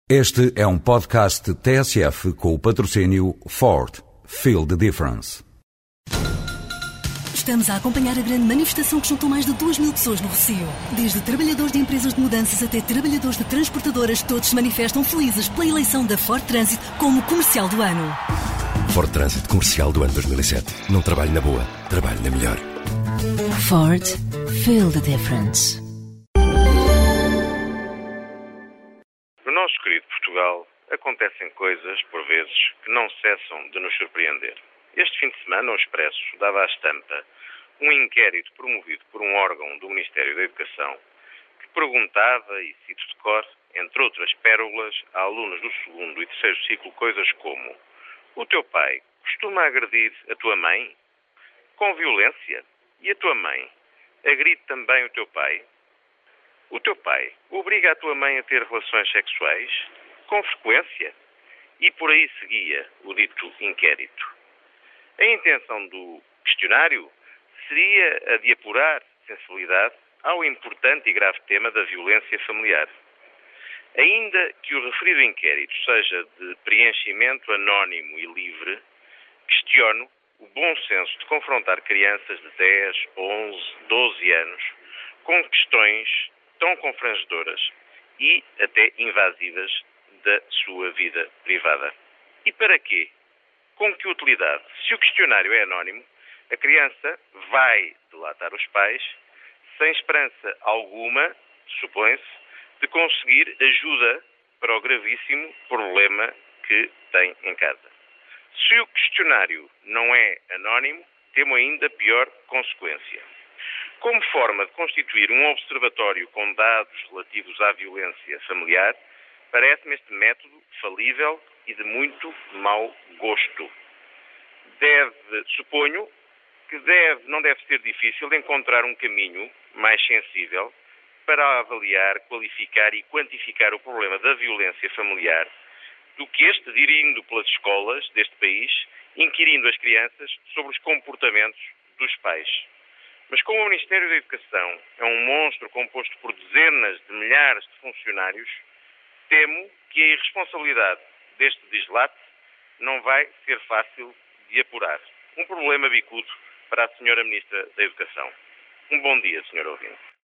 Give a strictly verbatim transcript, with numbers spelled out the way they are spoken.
Este é um podcast T S F com o patrocínio Ford. Feel the difference. Estamos a acompanhar a grande manifestação que juntou mais de duas mil pessoas no Rossio. Desde trabalhadores de empresas de mudanças até trabalhadores de transportadoras, todos se manifestam felizes pela eleição da Ford Transit como comercial do ano. Ford Transit comercial do ano dois mil e sete. Não trabalho na boa, trabalho na melhor. Ford. Feel the difference. No nosso querido Portugal, acontecem coisas, por vezes, que não cessam de nos surpreender. Este fim de semana, o Expresso dava à estampa um inquérito promovido por um órgão do Ministério da Educação que perguntava, e cito de cor, entre outras pérolas, a alunos do segundo e terceiro ciclo coisas como: o teu pai costuma agredir a tua mãe? Com violência? E a tua mãe? Agride também o teu pai? O teu pai obriga a tua mãe a ter relações sexuais? Com frequência? E por aí seguia o dito inquérito. A intenção do questionário seria a de apurar sensibilidade ao importante e grave tema da violência familiar. Ainda que o referido inquérito seja de preenchimento anónimo e livre, questiono o bom senso de confrontar crianças de dez, onze, doze anos com questões tão confrangedoras e até invasivas da sua vida privada. E para quê? Com que utilidade? Se o questionário é anónimo, a criança vai delatar os pais sem esperança alguma, supõe-se, de conseguir ajuda para o gravíssimo problema que tem em casa. Se o questionário não é anónimo, temo ainda pior consequência. Como forma de constituir um observatório com dados relativos à violência familiar, parece-me este método falível e de muito mau gosto. Deve, suponho, que deve, não deve ser difícil encontrar um caminho mais sensível para avaliar, qualificar e quantificar o problema da violência familiar do que este de ir indo pelas escolas deste país, inquirindo as crianças sobre os comportamentos dos pais. Mas como o Ministério da Educação é um monstro composto por dezenas de milhares de funcionários, temo que a irresponsabilidade deste dislate não vai ser fácil de apurar. Um problema bicudo para a senhora Ministra da Educação. Um bom dia, senhor ouvinte.